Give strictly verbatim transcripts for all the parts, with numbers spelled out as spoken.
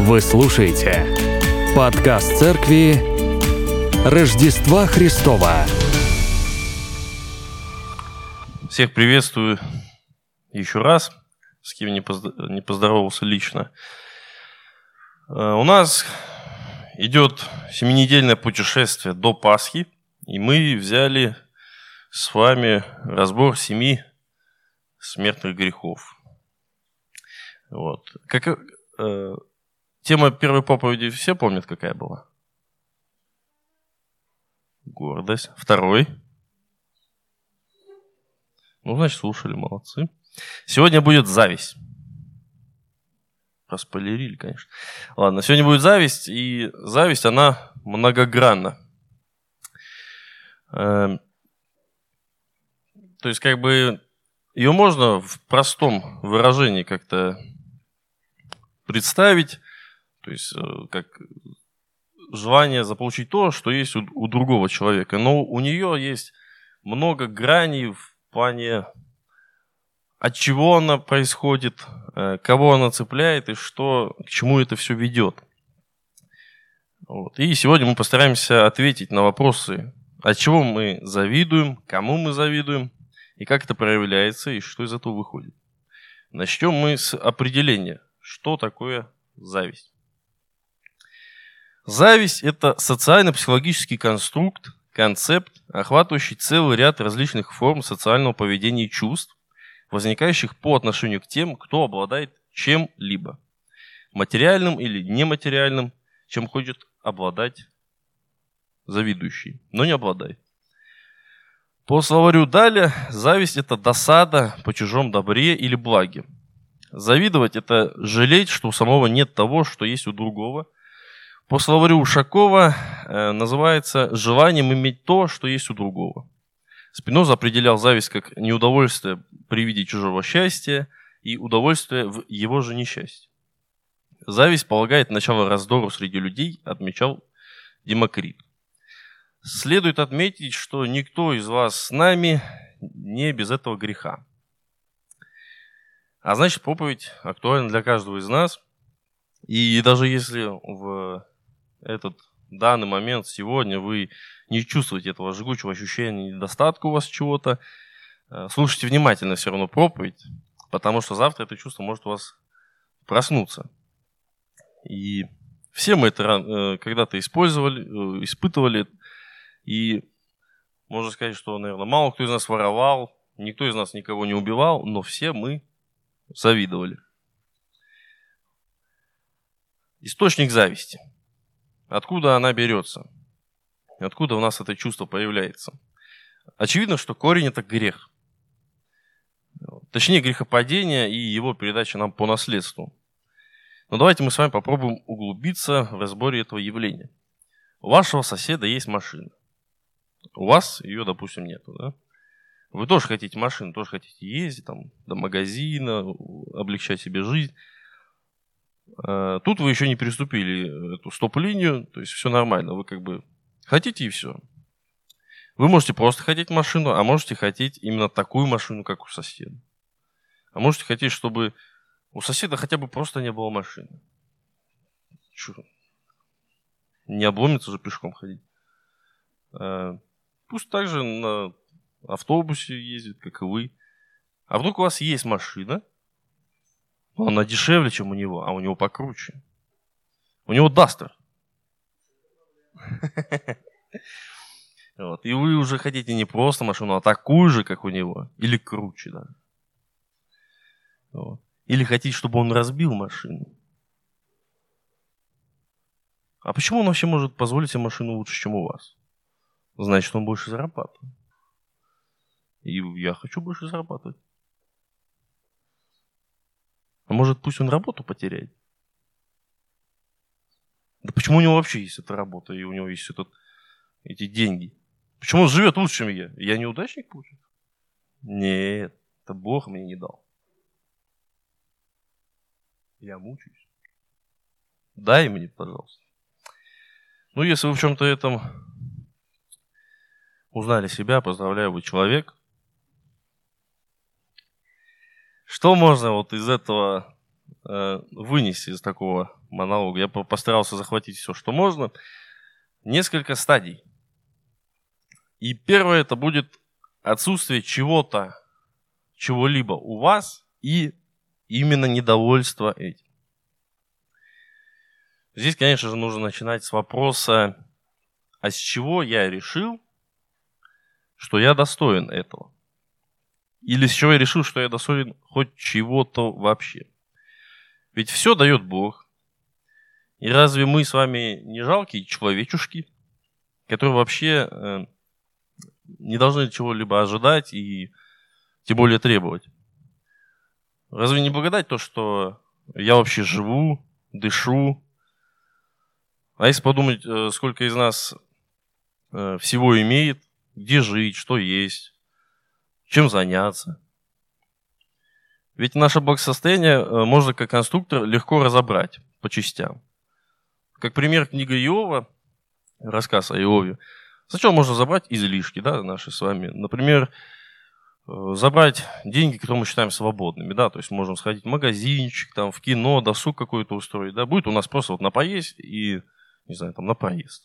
Вы слушаете подкаст церкви Рождества Христова. Всех приветствую еще раз, с кем не поздоровался лично. У нас идет семинедельное путешествие до Пасхи, и мы взяли с вами разбор семи смертных грехов. Вот. Как, э, тема первой проповеди все помнят, какая была? Гордость. Второй. Ну, значит, слушали, молодцы. Сегодня будет зависть. Проспойлерили, конечно. Ладно, сегодня будет зависть, и зависть, она многогранна. Э, то есть, как бы, ее можно в простом выражении как-то представить, то есть, как желание заполучить то, что есть у, у другого человека. Но у нее есть много граней в плане, от чего она происходит, кого она цепляет и что, к чему это все ведет. Вот. И сегодня мы постараемся ответить на вопросы, от чего мы завидуем, кому мы завидуем, и как это проявляется, и что из этого выходит. Начнем мы с определения, что такое зависть. Зависть – это социально-психологический конструкт, концепт, охватывающий целый ряд различных форм социального поведения и чувств, возникающих по отношению к тем, кто обладает чем-либо, материальным или нематериальным, чем хочет обладать завидующий, но не обладает. По словарю Даля, зависть – это досада по чужом добре или благе. Завидовать – это жалеть, что у самого нет того, что есть у другого. По словарю Ушакова э, называется желанием иметь то, что есть у другого. Спиноза определял зависть как неудовольствие при виде чужого счастья и удовольствие в его же несчастье. Зависть полагает начало раздору среди людей, отмечал Демокрит. Следует отметить, что никто из вас с нами не без этого греха. А значит, проповедь актуальна для каждого из нас. И даже если в этот данный момент сегодня вы не чувствуете этого жгучего ощущения недостатка у вас чего-то, слушайте внимательно все равно проповедь, потому что завтра это чувство может у вас проснуться. И все мы это когда-то использовали, испытывали. И можно сказать, что, наверное, мало кто из нас воровал, никто из нас никого не убивал, но все мы завидовали. Источник зависти. Откуда она берется? Откуда у нас это чувство появляется? Очевидно, что корень – это грех. Точнее, грехопадение и его передача нам по наследству. Но давайте мы с вами попробуем углубиться в разборе этого явления. У вашего соседа есть машина. У вас ее, допустим, нету, да? Вы тоже хотите машину, тоже хотите ездить там, до магазина, облегчать себе жизнь. Тут вы еще не переступили эту стоп-линию, то есть все нормально. Вы как бы хотите и все. Вы можете просто хотеть машину, а можете хотеть именно такую машину, как у соседа. А можете хотеть, чтобы у соседа хотя бы просто не было машины. Чё? Не обломится же пешком ходить. Пусть также на автобусе ездит, как и вы. А вдруг у вас есть машина, но она дешевле, чем у него, а у него покруче. У него Дастер. Вот. И вы уже хотите не просто машину, а такую же, как у него. Или круче, да. Вот. Или хотите, чтобы он разбил машину. А почему он вообще может позволить себе машину лучше, чем у вас? Значит, он больше зарабатывает. И я хочу больше зарабатывать. А может, пусть он работу потеряет? Да почему у него вообще есть эта работа, и у него есть этот, эти деньги? Почему он живет лучше, чем я? Я неудачник, получается? Нет, это Бог мне не дал. Я мучаюсь. Дай мне, пожалуйста. Ну, если вы в чем-то этом узнали себя, поздравляю, вы человек. Что можно вот из этого э, вынести из такого монолога. Я постарался захватить все, что можно. Несколько стадий. И первое это будет отсутствие чего-то, чего-либо у вас и именно недовольство этим. Здесь, конечно же, нужно начинать с вопроса, а с чего я решил, что я достоин этого? Или с чего я решил, что я достоин хоть чего-то вообще? Ведь все дает Бог. И разве мы с вами не жалкие человечушки, которые вообще э, не должны чего-либо ожидать и тем более требовать? Разве не благодать то, что я вообще живу, дышу? А если подумать, сколько из нас всего имеет, где жить, что есть, чем заняться. Ведь наше благосостояние можно как конструктор легко разобрать по частям. Как пример, книга Иова, рассказ о Иове. Сначала можно забрать излишки, да, наши с вами. Например, забрать деньги, которые мы считаем свободными, да, то есть можем сходить в магазинчик, там, в кино, досуг какой-то устроить, да, будет у нас просто вот на поесть и, не знаю, там, на проезд.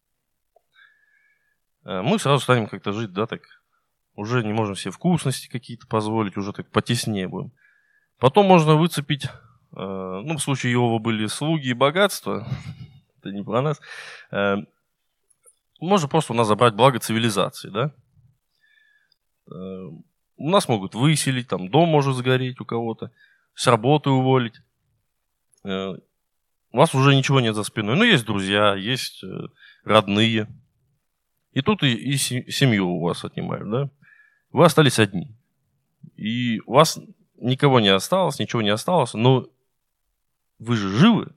Мы сразу станем как-то жить, да, так, уже не можем себе вкусности какие-то позволить, уже так потеснее будем. Потом можно выцепить, ну, в случае Иова были слуги и богатство, это не про нас, можно просто у нас забрать благо цивилизации, да. У нас могут выселить, там дом может сгореть у кого-то, с работы уволить. У вас уже ничего нет за спиной. Ну, есть друзья, есть родные. И тут и, и семью у вас отнимают, да? Вы остались одни. И у вас никого не осталось, ничего не осталось, но вы же живы.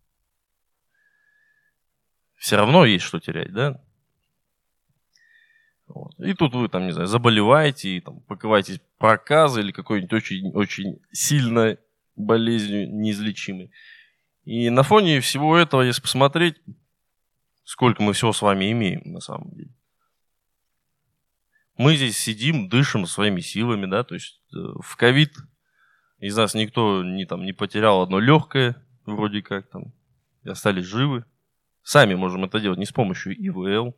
Все равно есть что терять, да? Вот. И тут вы, там, не знаю, заболеваете, и, там, покрываетесь проказой или какой-нибудь очень, очень сильной болезнью неизлечимой. И на фоне всего этого, если посмотреть, сколько мы всего с вами имеем на самом деле. Мы здесь сидим, дышим своими силами, да, то есть в ковид из нас никто не, там, не потерял одно легкое, вроде как, там, и остались живы. Сами можем это делать не с помощью И В Л.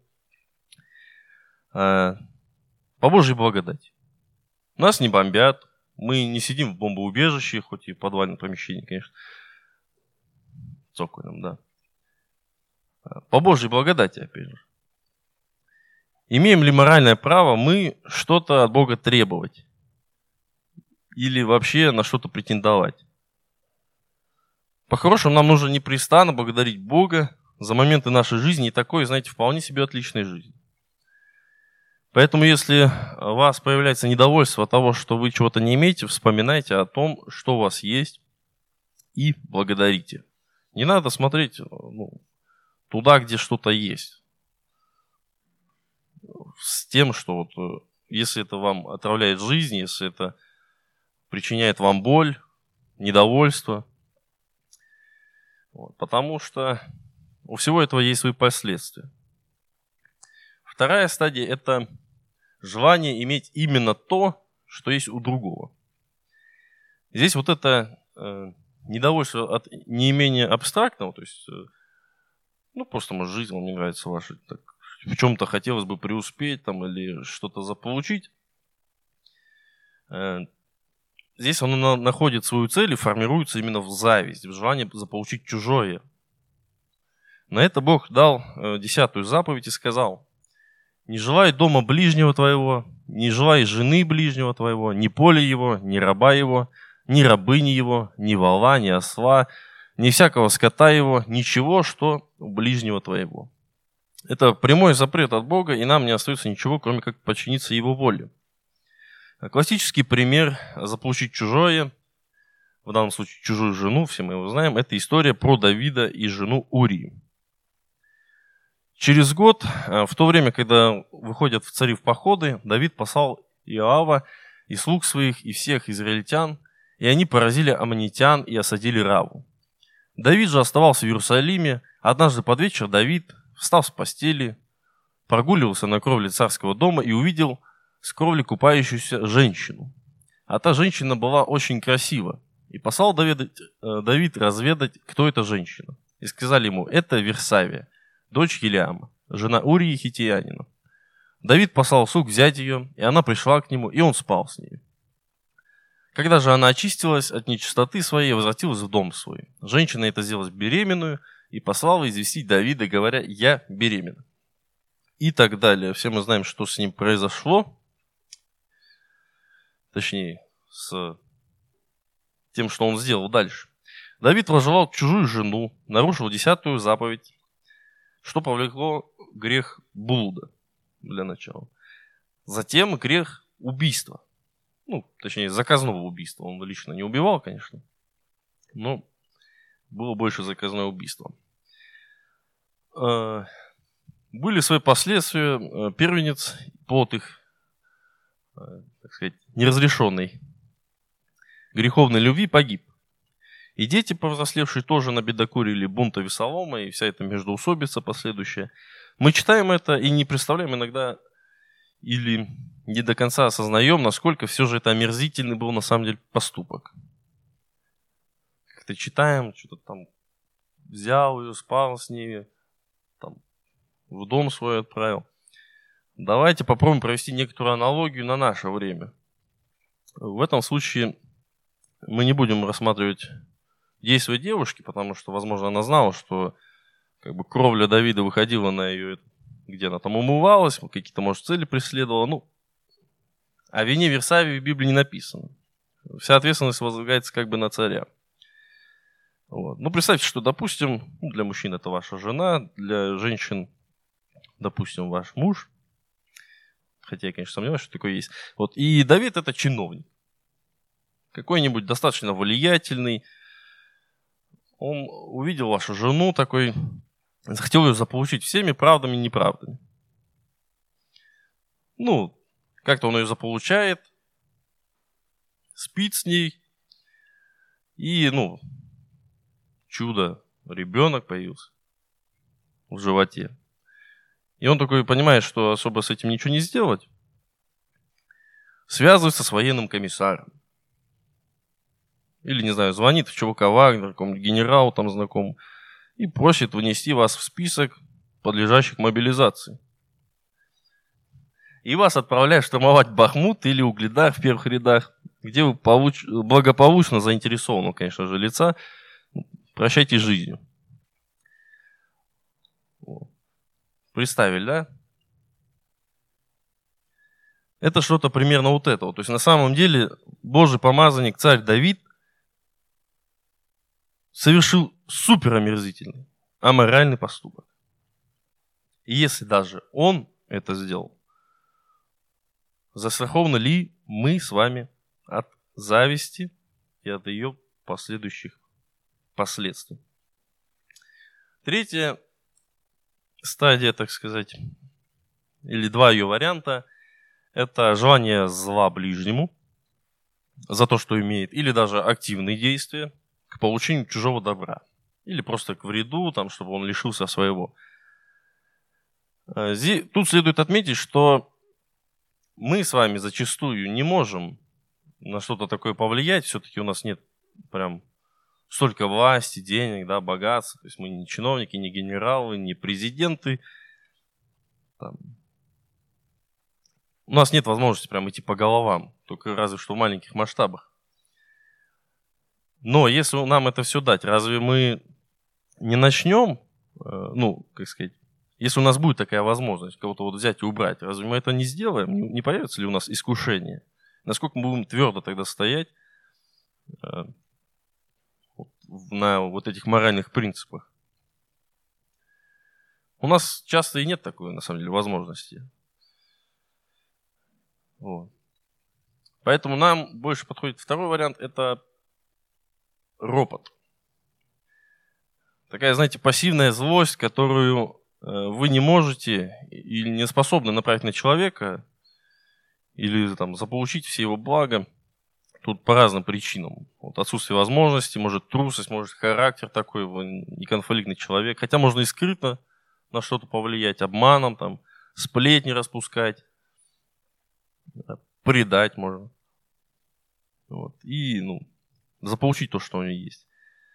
По Божьей благодати. Нас не бомбят, мы не сидим в бомбоубежище, хоть и в подвальном помещении, конечно. Цокольном, да. По Божьей благодати, опять же. Имеем ли моральное право мы что-то от Бога требовать? Или вообще на что-то претендовать? По-хорошему, нам нужно непрестанно благодарить Бога за моменты нашей жизни и такой, знаете, вполне себе отличной жизни. Поэтому, если у вас появляется недовольство от того, что вы чего-то не имеете, вспоминайте о том, что у вас есть, и благодарите. Не надо смотреть, ну, туда, где что-то есть. С тем, что вот, если это вам отравляет жизнь, если это причиняет вам боль, недовольство. Вот, потому что у всего этого есть свои последствия. Вторая стадия – это желание иметь именно то, что есть у другого. Здесь вот это э, недовольство от неимения абстрактного, то есть, э, ну, просто, может, жизнь вам не нравится ваша, так, в чем-то хотелось бы преуспеть там, или что-то заполучить. Э, здесь оно находит свою цель и формируется именно в зависть, в желании заполучить чужое. На это Бог дал э, десятую заповедь и сказал: «Не желай дома ближнего твоего, не желай жены ближнего твоего, ни поля его, ни раба его, ни рабыни его, ни вола, ни осла, ни всякого скота его, ничего, что у ближнего твоего». Это прямой запрет от Бога, и нам не остается ничего, кроме как подчиниться Его воле. Классический пример заполучить чужое, в данном случае чужую жену, все мы его знаем, это история про Давида и жену Урии. Через год, в то время, когда выходят в цари в походы, Давид послал Иоава и слуг своих, и всех израильтян, и они поразили аммонитян и осадили Раву. Давид же оставался в Иерусалиме. Однажды под вечер Давид, встав с постели, прогуливался на кровле царского дома и увидел с кровли купающуюся женщину. А та женщина была очень красива, И послал Давид, Давид разведать, кто эта женщина. И сказали ему: это Версавия, дочь Елиама, жена Урии Хитеянина. Давид послал слуг взять ее, и она пришла к нему, и он спал с ней. Когда же она очистилась от нечистоты своей, возвратилась в дом свой. Женщина эта сделалась беременную, и послала известить Давида, говоря: я беременна. И так далее. Все мы знаем, что с ним произошло. Точнее, с тем, что он сделал дальше. Давид возжелал чужую жену, нарушил десятую заповедь, что повлекло грех блуда для начала. Затем грех убийства. Ну, точнее, заказного убийства. Он лично не убивал, конечно, но было больше заказное убийство. Были свои последствия. Первенец, плод их, так сказать, неразрешенной греховной любви, погиб. И дети, повзрослевшие, тоже набедокурили бунта Весолома и вся эта междоусобица последующая. Мы читаем это и не представляем иногда или не до конца осознаем, насколько все же это омерзительный был на самом деле поступок. Как-то читаем, что-то там взял ее, спал с ней, там, в дом свой отправил. Давайте попробуем провести некоторую аналогию на наше время. В этом случае мы не будем рассматривать действия девушки, потому что, возможно, она знала, что как бы кровля Давида выходила на ее, где она там умывалась, какие-то, может, цели преследовала. Ну, о вине Версавии в Библии не написано. Вся ответственность возлагается как бы на царя. Вот. Ну, представьте, что, допустим, для мужчин это ваша жена, для женщин, допустим, ваш муж. Хотя я, конечно, сомневаюсь, что такое есть. Вот. И Давид это чиновник. Какой-нибудь достаточно влиятельный. Он увидел вашу жену такой, захотел ее заполучить всеми правдами и неправдами. Ну, как-то он ее заполучает, спит с ней, и, ну, чудо, ребенок появился в животе. И он такой понимает, что особо с этим ничего не сделать. Связывается с военным комиссаром. Или, не знаю, звонит в ЧВК Вагнер, какому-нибудь генералу там знакомому, и просит внести вас в список подлежащих мобилизации. И вас отправляют штурмовать Бахмут или Угледар в первых рядах, где вы получ... благополучно заинтересованного, конечно же, лица прощайте жизнью. Представили, да? Это что-то примерно вот этого. То есть на самом деле Божий помазанник, царь Давид, совершил супер омерзительный, аморальный поступок. И если даже он это сделал, застрахованы ли мы с вами от зависти и от ее последующих последствий? Третья стадия, так сказать, или два ее варианта, это желание зла ближнему за то, что имеет, или даже активные действия к получению чужого добра, или просто к вреду, там, чтобы он лишился своего. Тут следует отметить, что мы с вами зачастую не можем на что-то такое повлиять, все-таки у нас нет прям столько власти, денег, да, богатства, то есть мы не чиновники, не генералы, не президенты. Там. У нас нет возможности прям идти по головам, только разве что в маленьких масштабах. Но если нам это все дать, разве мы не начнем, ну, как сказать, если у нас будет такая возможность кого-то вот взять и убрать, разве мы это не сделаем? Не появится ли у нас искушение? Насколько мы будем твердо тогда стоять на вот этих моральных принципах? У нас часто и нет такой, на самом деле, возможности. Вот. Поэтому нам больше подходит второй вариант, это ропот. Такая, знаете, пассивная злость, которую вы не можете или не способны направить на человека, или там, заполучить все его блага. Тут по разным причинам. Вот отсутствие возможности, может трусость, может характер такой, вы неконфликтный человек. Хотя можно и скрытно на что-то повлиять, обманом, там, сплетни распускать, предать можно. Вот. И, ну, заполучить то, что у них есть.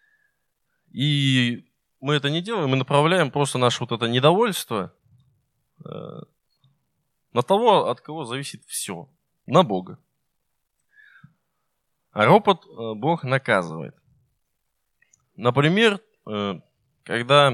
И мы это не делаем, мы направляем просто наше вот это недовольство э, на того, от кого зависит все, на Бога. А ропот э, Бог наказывает. Например, э, когда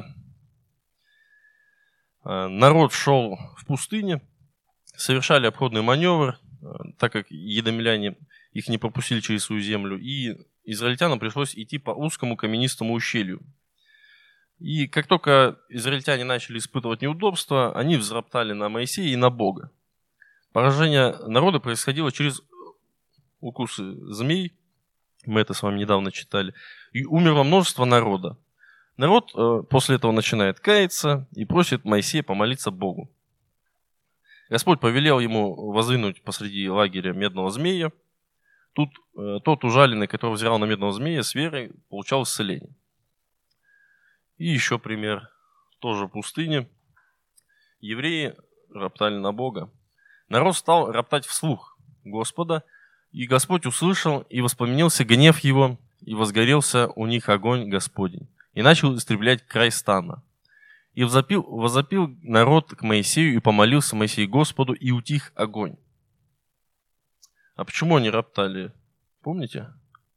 э, народ шел в пустыне, совершали обходный маневр, э, так как едомеляне их не пропустили через свою землю, и израильтянам пришлось идти по узкому каменистому ущелью. И как только израильтяне начали испытывать неудобства, они взроптали на Моисея и на Бога. Поражение народа происходило через укусы змей, мы это с вами недавно читали, и умерло множество народа. Народ э, после этого начинает каяться и просит Моисея помолиться Богу. Господь повелел ему воздвинуть посреди лагеря медного змея. Тут э, тот ужаленный, который взирал на медного змея, с верой получал исцеление. И еще пример, тоже в пустыне. Евреи роптали на Бога. Народ стал роптать вслух Господа, и Господь услышал, и воспламенился гнев его, и возгорелся у них огонь Господень, и начал истреблять край стана. И возопил, возопил народ к Моисею, и помолился Моисей Господу, и утих огонь. А почему они роптали? Помните?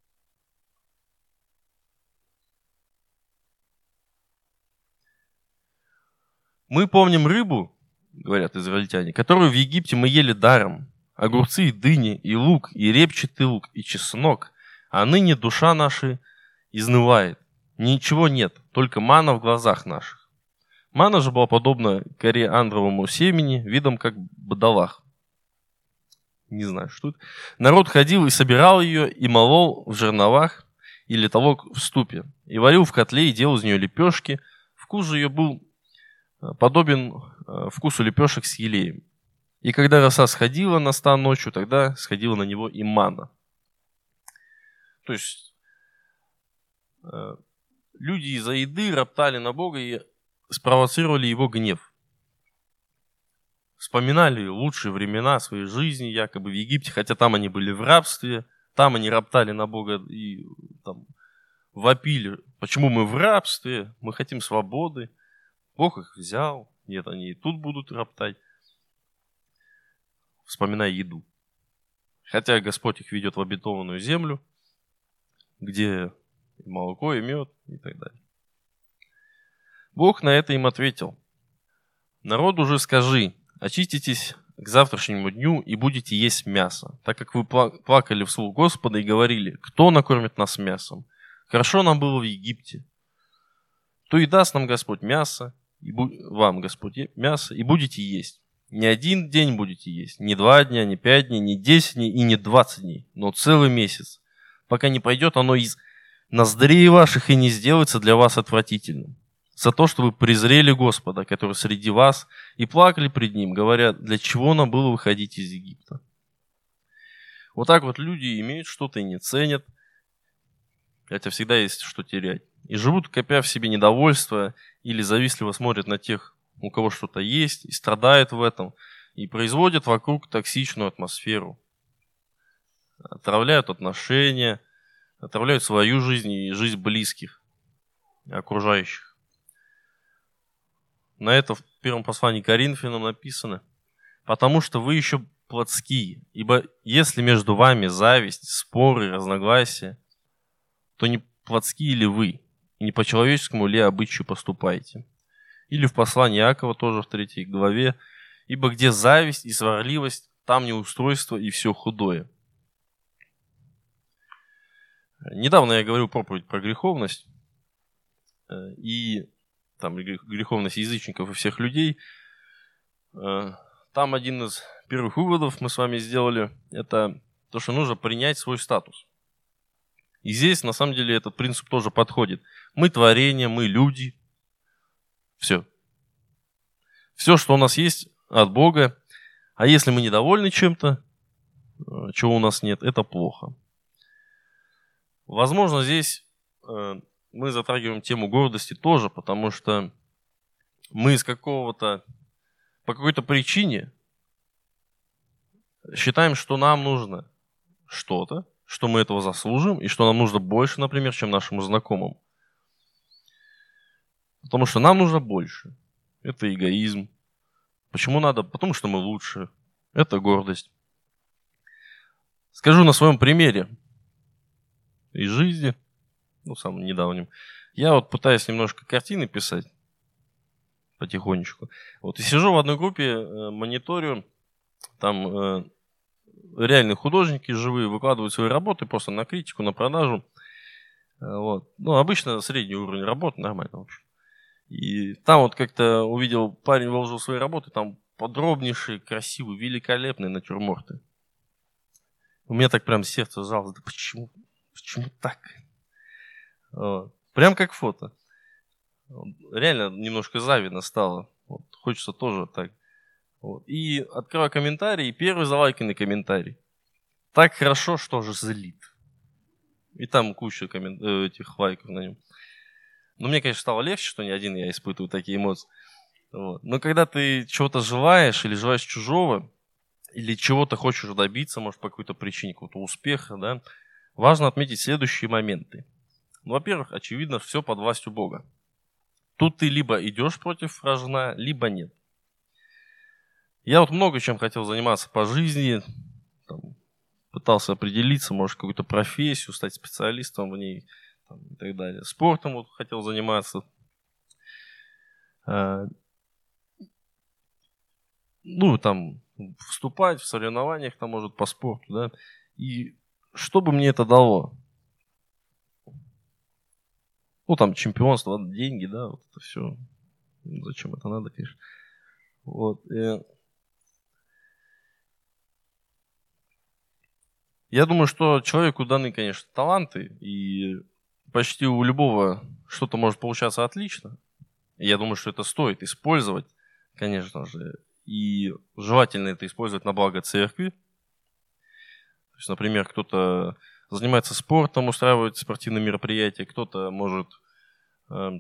Мы помним рыбу, говорят израильтяне, которую в Египте мы ели даром. Огурцы и дыни, и лук, и репчатый лук, и чеснок. А ныне душа наша изнывает. Ничего нет, только манна в глазах наших. Манна же была подобна кориандровому семени, видом как бадалах. Не знаю, что это. Народ ходил и собирал ее, и молол в жерновах или толок в ступе, и варил в котле, и делал из нее лепешки. Вкус же ее был подобен вкусу лепешек с елеем. И когда роса сходила на стан ночью, тогда сходила на него и манна. То есть э, люди из-за еды роптали на Бога и спровоцировали его гнев. Вспоминали лучшие времена своей жизни, якобы в Египте, хотя там они были в рабстве, там они роптали на Бога и там, вопили, почему мы в рабстве, мы хотим свободы. Бог их взял, нет, они и тут будут роптать, вспоминая еду. Хотя Господь их ведет в обетованную землю, где и молоко, и мед, и так далее. Бог на это им ответил: народу же скажи, очиститесь к завтрашнему дню и будете есть мясо, так как вы плакали вслух Господа и говорили: кто накормит нас мясом? Хорошо нам было в Египте. То и даст нам Господь мясо, и бу... вам Господь мясо, и будете есть. Не один день будете есть, не два дня, не пять дней, не десять дней и не двадцать дней, но целый месяц, пока не пойдет оно из ноздрей ваших и не сделается для вас отвратительным. За то, что вы презрели Господа, который среди вас, и плакали пред Ним, говоря: для чего нам было выходить из Египта? Вот так вот люди имеют что-то и не ценят, хотя всегда есть что терять. И живут, копя в себе недовольство, или завистливо смотрят на тех, у кого что-то есть, и страдают в этом, и производят вокруг токсичную атмосферу. Отравляют отношения, отравляют свою жизнь и жизнь близких, окружающих. На это в первом послании к Коринфянам написано: «Потому что вы еще плотские, ибо если между вами зависть, споры, разногласия, то не плотские ли вы, и не по-человеческому ли обычаю поступаете?» Или в послании Иакова, тоже в третьей главе: «Ибо где зависть и сварливость, там неустройство и все худое». Недавно я говорил проповедь про греховность, и там греховность язычников и всех людей. Там один из первых выводов мы с вами сделали, это то, что нужно принять свой статус. И здесь, на самом деле, этот принцип тоже подходит. Мы творение, мы люди. Все. Все, что у нас есть, от Бога. А если мы недовольны чем-то, чего у нас нет, это плохо. Возможно, здесь э, мы затрагиваем тему гордости тоже, потому что мы из какого-то, по какой-то причине считаем, что нам нужно что-то, что мы этого заслужим, и что нам нужно больше, например, чем нашим знакомым. Потому что нам нужно больше. Это эгоизм. Почему надо? Потому что мы лучше. Это гордость. Скажу на своем примере из жизни, ну, самым недавним. Я вот пытаюсь немножко картины писать потихонечку. Вот, и сижу в одной группе, э, мониторю, там э, реальные художники живые выкладывают свои работы просто на критику, на продажу. Э, вот. Ну, обычно средний уровень работы, нормально, в общем. И там вот как-то увидел, парень выложил свои работы, там подробнейшие, красивые, великолепные натюрморты. У меня так прям сердце сжалось. Да почему? Почему так? Вот. Прям как фото. Реально немножко завидно стало. Вот. Хочется тоже так. Вот. И открываю комментарий, и первый залайканный комментарий. Так хорошо, что же злит. И там куча коммен... этих лайков на нем. Но мне, конечно, стало легче, что не один я испытываю такие эмоции. Вот. Но когда ты чего-то желаешь или желаешь чужого, или чего-то хочешь добиться, может, по какой-то причине, какого-то успеха, да, важно отметить следующие моменты. Ну, во-первых, очевидно, все под властью Бога. Тут ты либо идешь против рожна, либо нет. Я вот много чем хотел заниматься по жизни, там, пытался определиться, может, какую-то профессию, стать специалистом в ней, там, и так далее. Спортом вот хотел заниматься. А, ну, там, вступать в соревнованиях, там, может, по спорту, да. И что бы мне это дало? Ну, там, чемпионство, деньги, да, вот это все. Зачем это надо, конечно. Вот. Я думаю, что человеку даны, конечно, таланты, и почти у любого что-то может получаться отлично. И я думаю, что это стоит использовать, конечно же, и желательно это использовать на благо церкви. То есть, например, кто-то занимается спортом, устраивает спортивные мероприятия, кто-то может, э,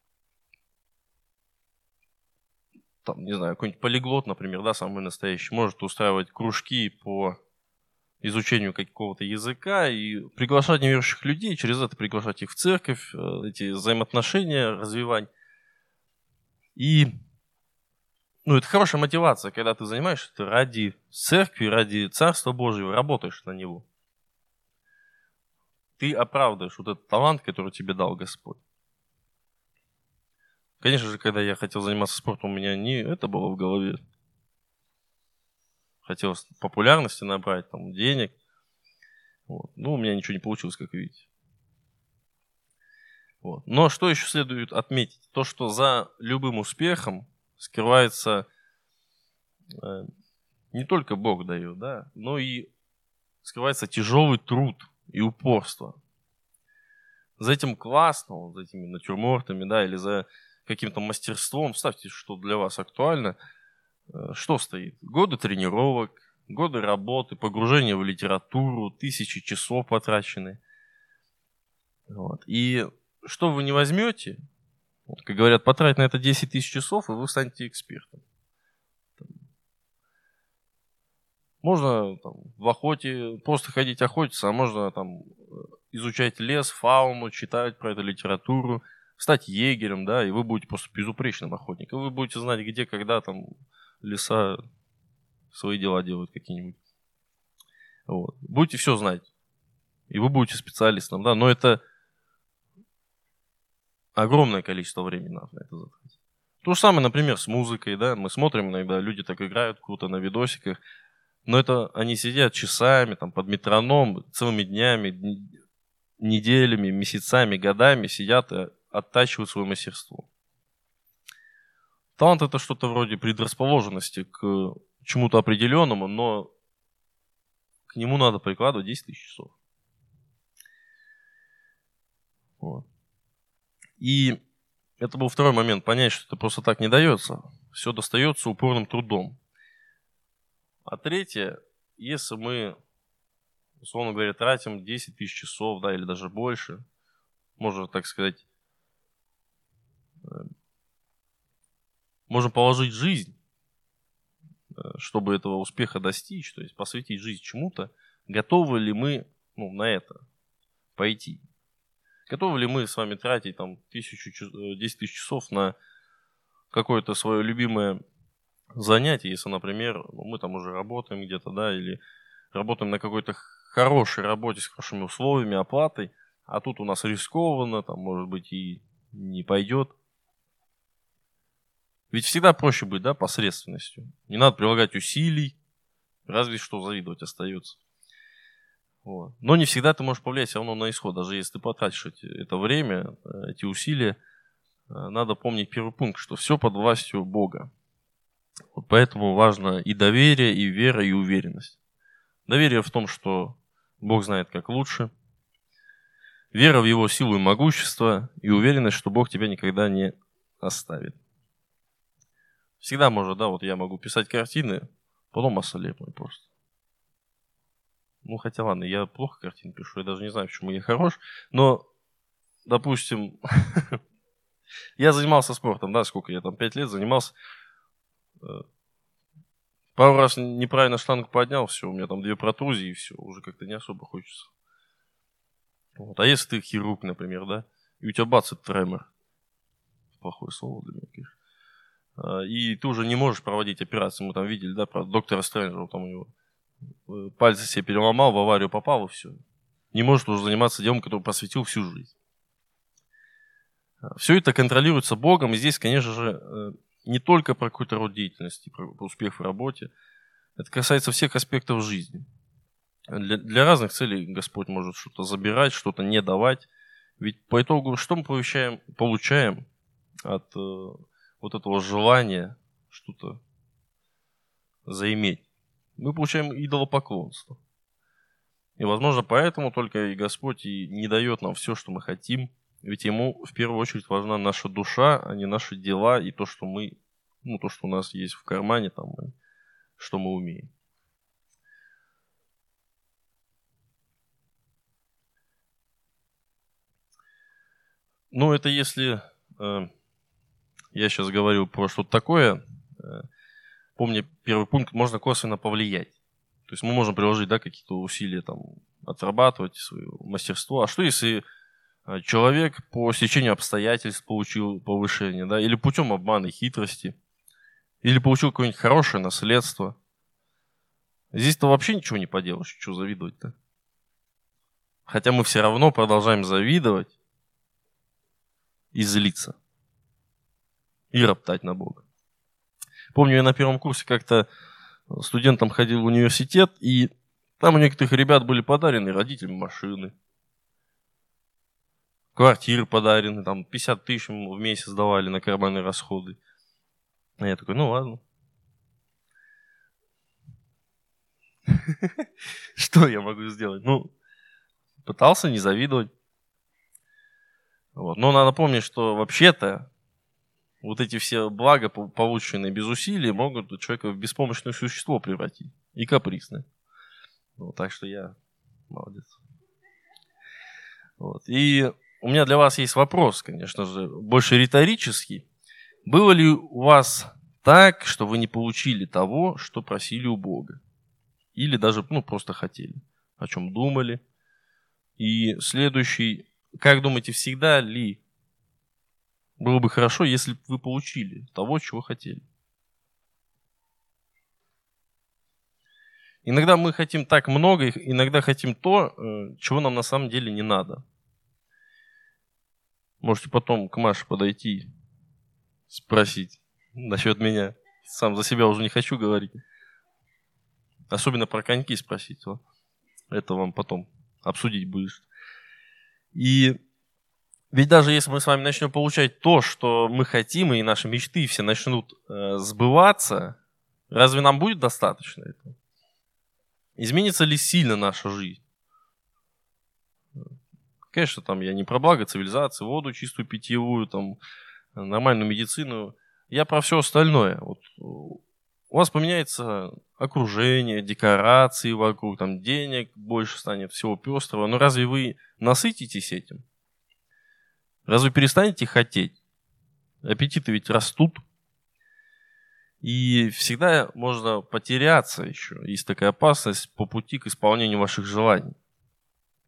там, не знаю, какой-нибудь полиглот, например, да, самый настоящий, может устраивать кружки по изучению какого-то языка и приглашать неверующих людей, через это приглашать их в церковь, эти взаимоотношения развивать. И ну, это хорошая мотивация, когда ты занимаешься это ради церкви, ради Царства Божьего, работаешь на него. Ты оправдываешь вот этот талант, который тебе дал Господь. Конечно же, когда я хотел заниматься спортом, у меня не это было в голове. Хотелось популярности набрать, там, денег. Вот. Ну, у меня ничего не получилось, как видите. Вот. Но что еще следует отметить? То, что за любым успехом скрывается э, не только Бог дает, да, но и скрывается тяжелый труд и упорство. За этим классным, за этими натюрмортами, да, или за каким-то мастерством, ставьте, что для вас актуально, э, что стоит? Годы тренировок, годы работы, погружение в литературу, тысячи часов потрачены. Вот. И что вы не возьмете, вот, как говорят, потратить на это десять тысяч часов, и вы станете экспертом. Можно там, в охоте просто ходить охотиться, а можно там, изучать лес, фауну, читать про эту литературу, стать егерем, да, и вы будете просто безупречным охотником. Вы будете знать, где, когда там леса свои дела делают какие-нибудь. Вот. Будете все знать. И вы будете специалистом, да, но это огромное количество времени надо на это затратить. То же самое, например, с музыкой, да, мы смотрим иногда, люди так играют круто на видосиках, но это они сидят часами, там, под метроном, целыми днями, неделями, месяцами, годами сидят и оттачивают свое мастерство. Талант — это что-то вроде предрасположенности к чему-то определенному, но к нему надо прикладывать десять тысяч часов. Вот. И это был второй момент, понять, что это просто так не дается. Все достается упорным трудом. А третье, если мы, условно говоря, тратим десять тысяч часов, да, или даже больше, можно так сказать, можем положить жизнь, чтобы этого успеха достичь, то есть посвятить жизнь чему-то, готовы ли мы ну, на это пойти? Готовы ли мы с вами тратить там тысячу, десять тысяч часов на какое-то свое любимое занятие, если, например, ну, мы там уже работаем где-то, да, или работаем на какой-то хорошей работе с хорошими условиями, оплатой, а тут у нас рискованно, там, может быть, и не пойдет. Ведь всегда проще быть, да, посредственностью. Не надо прилагать усилий, разве что завидовать остается. Вот. Но не всегда ты можешь повлиять все равно на исход, даже если ты потратишь эти, это время, эти усилия. Надо помнить первый пункт, что все под властью Бога. Вот поэтому важно и доверие, и вера, и уверенность. Доверие в том, что Бог знает, как лучше. Вера в Его силу и могущество, и уверенность, что Бог тебя никогда не оставит. Всегда можно, да, вот я могу писать картины, потом ослепнуть просто. Ну, хотя ладно, я плохо картины пишу, я даже не знаю, почему я хорош, но, допустим, я занимался спортом, да, сколько я там, пять лет занимался, пару раз неправильно штангу поднял, все, у меня там две протрузии, и все, уже как-то не особо хочется. Вот. А если ты хирург, например, да, и у тебя бац, это тремор, плохое слово для меня, конечно, и ты уже не можешь проводить операции, мы там видели, да, про доктора Стрэнджа, там у него пальцы себе переломал, в аварию попал, и все. Не может уже заниматься делом, которое посвятил всю жизнь. Все это контролируется Богом, и здесь, конечно же, не только про какой-то род деятельности, про успех в работе. Это касается всех аспектов жизни. Для, для разных целей Господь может что-то забирать, что-то не давать. Ведь по итогу что мы получаем, получаем от э, вот этого желания что-то заиметь? Мы получаем идолопоклонство. И, возможно, поэтому только и Господь и не дает нам все, что мы хотим. Ведь Ему в первую очередь важна наша душа, а не наши дела и то, что мы, ну, то, что у нас есть в кармане, там, и что мы умеем. Ну, это если э, я сейчас говорю про что-то такое, э, помни, первый пункт, можно косвенно повлиять. То есть мы можем приложить, да, какие-то усилия, там, отрабатывать свое мастерство. А что если человек по стечению обстоятельств получил повышение, да, или путем обмана и хитрости, или получил какое-нибудь хорошее наследство? Здесь-то вообще ничего не поделаешь, что завидовать-то? Хотя мы все равно продолжаем завидовать и злиться, и роптать на Бога. Помню, я на первом курсе как-то студентом ходил в университет, и там у некоторых ребят были подарены родителям машины, квартиры подарены, там пятьдесят тысяч в месяц давали на карманные расходы. А я такой, ну ладно. Что я могу сделать? Ну, пытался не завидовать. Вот. Но надо помнить, что вообще-то вот эти все блага, полученные без усилий, могут человека в беспомощное существо превратить. И капризное. Вот, так что я молодец. Вот. И у меня для вас есть вопрос, конечно же, больше риторический. Было ли у вас так, что вы не получили того, что просили у Бога? Или даже, ну, просто хотели? О чем думали? И следующий, как думаете, всегда ли было бы хорошо, если бы вы получили того, чего хотели? Иногда мы хотим так много, иногда хотим то, чего нам на самом деле не надо. Можете потом к Маше подойти, спросить насчет меня. Сам за себя уже не хочу говорить. Особенно про коньки спросить. Вот. Это вам потом обсудить будешь. И ведь даже если мы с вами начнем получать то, что мы хотим, и наши мечты все начнут э, сбываться, разве нам будет достаточно этого? Изменится ли сильно наша жизнь? Конечно, там я не про благо цивилизации, воду чистую питьевую, там, нормальную медицину. Я про все остальное. Вот, у вас поменяется окружение, декорации вокруг, там, денег больше станет, всего пестрого. Но разве вы насытитесь этим? Разве перестанете хотеть? Аппетиты ведь растут. И всегда можно потеряться еще. Есть такая опасность по пути к исполнению ваших желаний.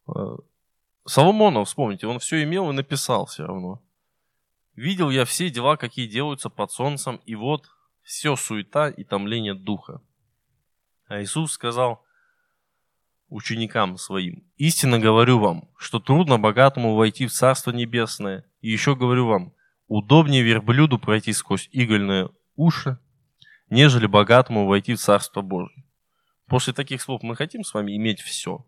Соломона, вспомните, он все имел и написал все равно. «Видел я все дела, какие делаются под солнцем, и вот все суета и томление духа». А Иисус сказал ученикам своим: «Истинно говорю вам, что трудно богатому войти в Царство Небесное. И еще говорю вам, удобнее верблюду пройти сквозь игольное уши, нежели богатому войти в Царство Божие». После таких слов мы хотим с вами иметь все.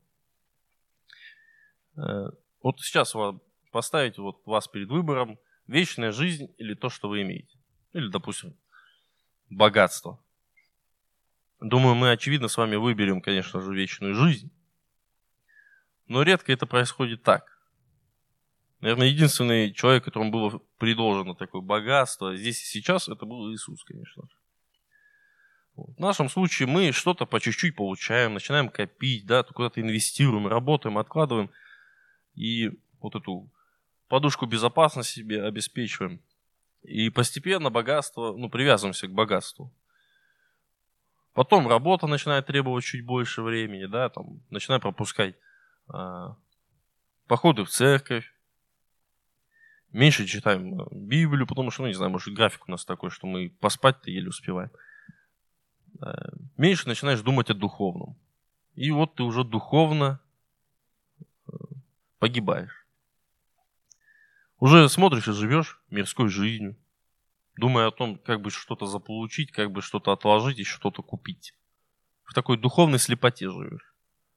Вот сейчас поставить вот вас перед выбором: вечная жизнь или то, что вы имеете. Или, допустим, богатство. Думаю, мы, очевидно, с вами выберем, конечно же, вечную жизнь. Но редко это происходит так. Наверное, единственный человек, которому было предложено такое богатство здесь и сейчас, это был Иисус, конечно же. В нашем случае мы что-то по чуть-чуть получаем, начинаем копить, да, куда-то инвестируем, работаем, откладываем. И вот эту подушку безопасности себе обеспечиваем. И постепенно богатство, ну, привязываемся к богатству. Потом работа начинает требовать чуть больше времени, да, там, начинаем пропускать а, походы в церковь, меньше читаем Библию, потому что, ну, не знаю, может, график у нас такой, что мы поспать-то еле успеваем. А, меньше начинаешь думать о духовном. И вот ты уже духовно погибаешь. Уже смотришь и живешь мирской жизнью, думая о том, как бы что-то заполучить, как бы что-то отложить и что-то купить. В такой духовной слепоте живешь.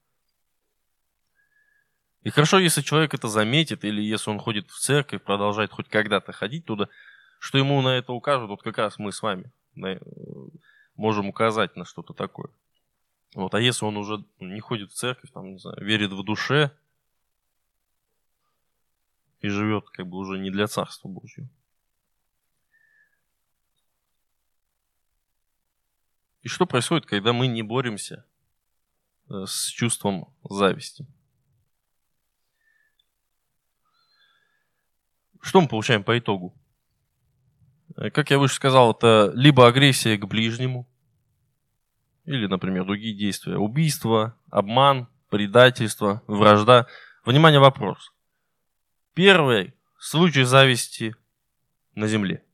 И хорошо, если человек это заметит, или если он ходит в церковь, продолжает хоть когда-то ходить туда, что ему на это укажут, вот как раз мы с вами можем указать на что-то такое. Вот, а если он уже не ходит в церковь, там, не знаю, верит в душе и живет как бы уже не для Царства Божьего. И что происходит, когда мы не боремся с чувством зависти? Что мы получаем по итогу? Как я выше сказал, это либо агрессия к ближнему, или, например, другие действия. Убийство, обман, предательство, вражда. Внимание, вопрос. Первый случай зависти на земле.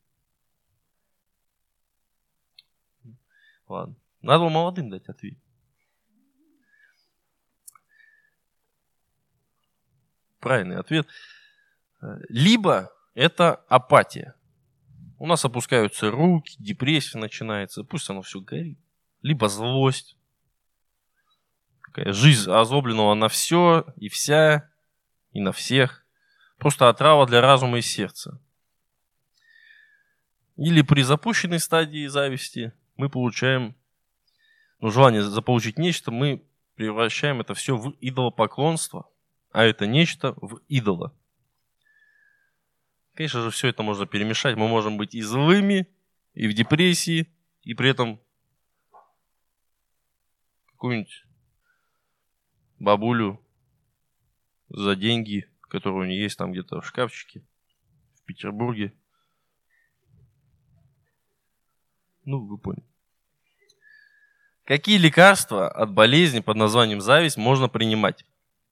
Ладно. Надо молодым дать ответ. Правильный ответ. Либо это апатия. У нас опускаются руки, депрессия начинается, пусть оно все горит. Либо злость. Такая жизнь озлобленного на все и вся, и на всех. Просто отрава для разума и сердца. Или при запущенной стадии зависти мы получаем, ну, желание заполучить нечто, мы превращаем это все в идолопоклонство, а это нечто в идола. Конечно же, все это можно перемешать. Мы можем быть и злыми, и в депрессии, и при этом какую-нибудь бабулю за деньги, которые у нее есть там где-то в шкафчике в Петербурге. Ну, вы поняли. Какие лекарства от болезни под названием зависть можно принимать?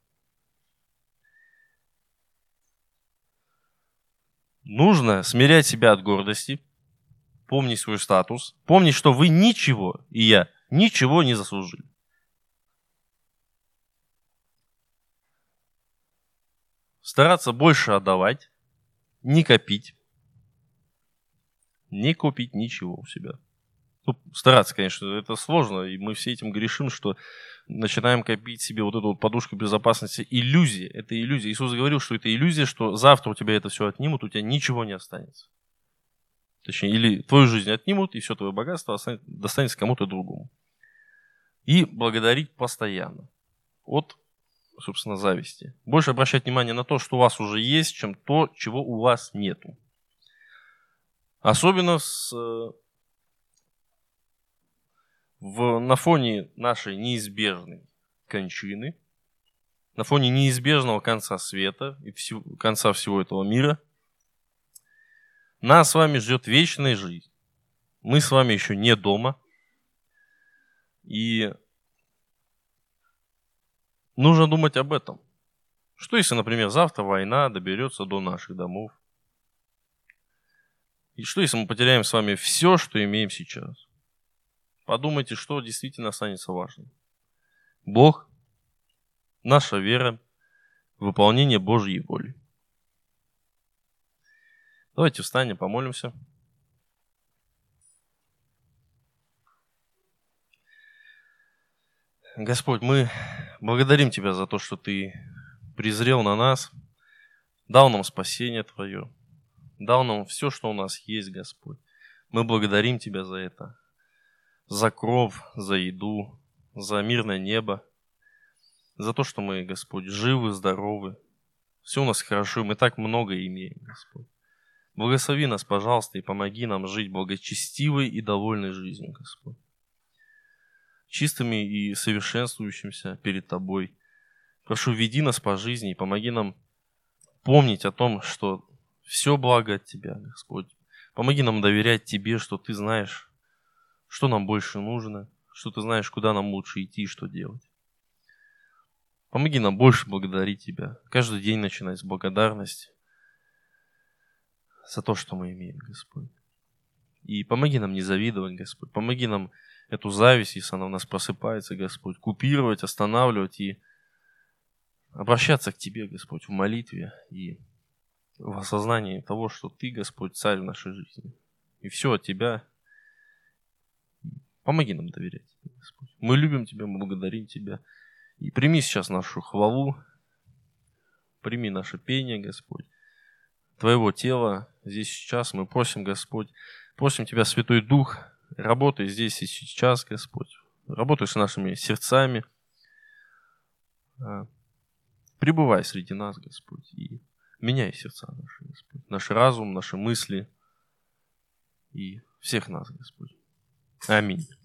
Нужно смирять себя от гордости, помнить свой статус, помнить, что вы ничего, и я, ничего не заслужили. Стараться больше отдавать, не копить, не купить ничего у себя. Ну, стараться, конечно, это сложно, и мы все этим грешим, что начинаем копить себе вот эту вот подушку безопасности. Иллюзия, это иллюзия. Иисус говорил, что это иллюзия, что завтра у тебя это все отнимут, у тебя ничего не останется. Точнее, или твою жизнь отнимут, и все твое богатство достанется кому-то другому. И благодарить постоянно от, собственно, зависти. Больше обращать внимание на то, что у вас уже есть, чем то, чего у вас нету. Особенно с... В, на фоне нашей неизбежной кончины, на фоне неизбежного конца света и всего, конца всего этого мира, нас с вами ждет вечная жизнь. Мы с вами еще не дома. И нужно думать об этом. Что если, например, завтра война доберется до наших домов? И что если мы потеряем с вами все, что имеем сейчас? Подумайте, что действительно останется важным. Бог, наша вера, выполнение Божьей воли. Давайте встанем, помолимся. Господь, мы благодарим Тебя за то, что Ты презрел на нас, дал нам спасение Твое, дал нам все, что у нас есть, Господь. Мы благодарим Тебя за это, за кров, за еду, за мирное небо, за то, что мы, Господь, живы, здоровы. Все у нас хорошо, мы так много имеем, Господь. Благослови нас, пожалуйста, и помоги нам жить благочестивой и довольной жизнью, Господь. Чистыми и совершенствующимся перед Тобой. Прошу, веди нас по жизни и помоги нам помнить о том, что все благо от Тебя, Господь. Помоги нам доверять Тебе, что Ты знаешь, что нам больше нужно, что Ты знаешь, куда нам лучше идти и что делать. Помоги нам больше благодарить Тебя. Каждый день начинать с благодарности за то, что мы имеем, Господь. И помоги нам не завидовать, Господь. Помоги нам эту зависть, если она в нас просыпается, Господь, купировать, останавливать и обращаться к Тебе, Господь, в молитве и в осознании того, что Ты, Господь, царь в нашей жизни. И все от Тебя. Помоги нам доверять Тебе, Господь. Мы любим Тебя, мы благодарим Тебя. И прими сейчас нашу хвалу, прими наше пение, Господь, Твоего тела здесь сейчас. Мы просим, Господь, просим Тебя, Святой Дух, работай здесь и сейчас, Господь. Работай с нашими сердцами. Пребывай среди нас, Господь, и меняй сердца наши, Господь. Наш разум, наши мысли и всех нас, Господь. Аминь.